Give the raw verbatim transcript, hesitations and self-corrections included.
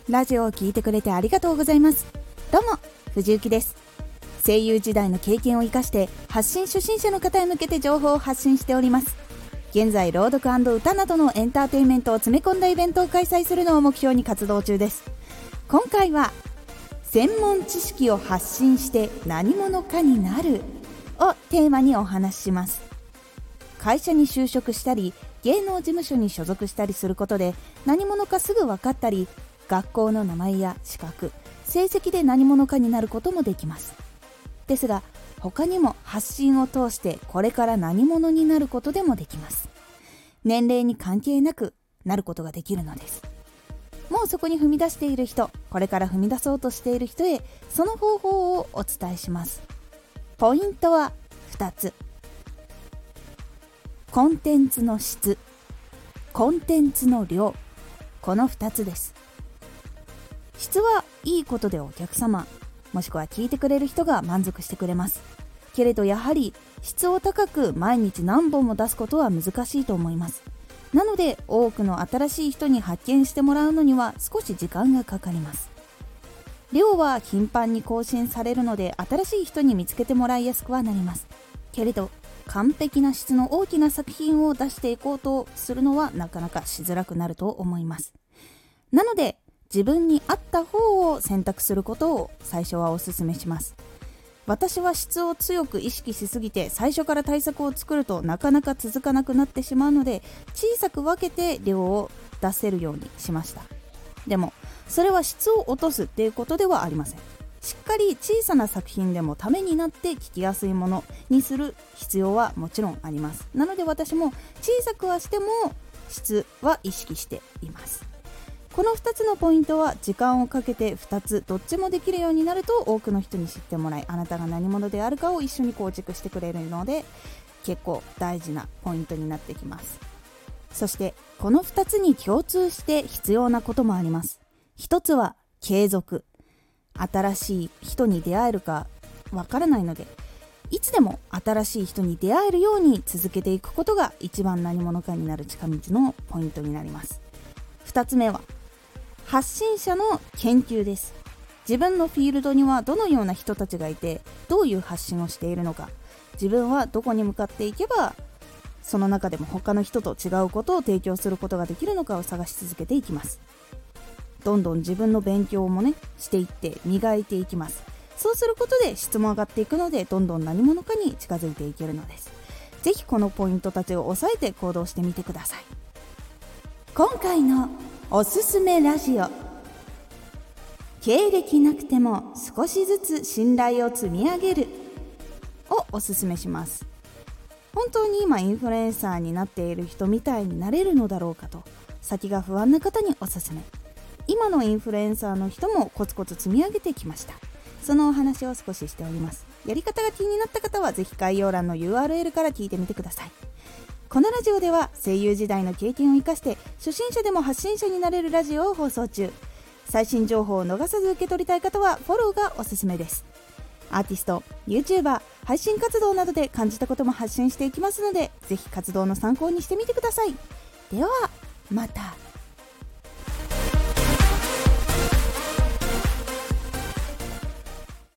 ラジオを聞いてくれてありがとうございます。どうも藤幸です。声優時代の経験を生かして発信初心者の方へ向けて情報を発信しております。現在朗読&歌などのエンターテインメントを詰め込んだイベントを開催するのを目標に活動中です。今回は専門知識を発信して何者かになるをテーマにお話しします。会社に就職したり芸能事務所に所属したりすることで何者かすぐ分かったり、学校の名前や資格、成績で何者かになることもできます。ですが他にも発信を通してこれから何者になることでもできます。年齢に関係なくなることができるのです。もうそこに踏み出している人、これから踏み出そうとしている人へその方法をお伝えします。ポイントはふたつ。コンテンツの質、コンテンツの量、このふたつです。質はいいことでお客様もしくは聞いてくれる人が満足してくれますけれど、やはり質を高く毎日何本も出すことは難しいと思います。なので多くの新しい人に発見してもらうのには少し時間がかかります。量は頻繁に更新されるので新しい人に見つけてもらいやすくはなりますけれど、完璧な質の大きな作品を出していこうとするのはなかなかしづらくなると思います。なので自分に合った方を選択することを最初はお勧めします。私は質を強く意識しすぎて最初から対策を作るとなかなか続かなくなってしまうので、小さく分けて量を出せるようにしました。でもそれは質を落とすっていうことではありません。しっかり小さな作品でもためになって聞きやすいものにする必要はもちろんあります。なので私も小さくはしても質は意識しています。このふたつのポイントは時間をかけてふたつどっちもできるようになると多くの人に知ってもらい、あなたが何者であるかを一緒に構築してくれるので結構大事なポイントになってきます。そしてこのふたつに共通して必要なこともあります。ひとつは継続。新しい人に出会えるかわからないので、いつでも新しい人に出会えるように続けていくことが一番何者かになる近道のポイントになります。ふたつめは発信者の研究です。自分のフィールドにはどのような人たちがいて、どういう発信をしているのか、自分はどこに向かっていけばその中でも他の人と違うことを提供することができるのかを探し続けていきます。どんどん自分の勉強もねしていって磨いていきます。そうすることで質も上がっていくので、どんどん何者かに近づいていけるのです。ぜひこのポイントたちを押さえて行動してみてください。今回のおすすめラジオ、経歴なくても少しずつ信頼を積み上げるをおすすめします。本当に今インフルエンサーになっている人みたいになれるのだろうかと先が不安な方におすすめ。今のインフルエンサーの人もコツコツ積み上げてきました。そのお話を少ししております。やり方が気になった方はぜひ概要欄の ユーアールエル から聞いてみてください。このラジオでは声優時代の経験を生かして初心者でも発信者になれるラジオを放送中。最新情報を逃さず受け取りたい方はフォローがおすすめです。アーティスト、YouTuber、配信活動などで感じたことも発信していきますので、ぜひ活動の参考にしてみてください。ではまた。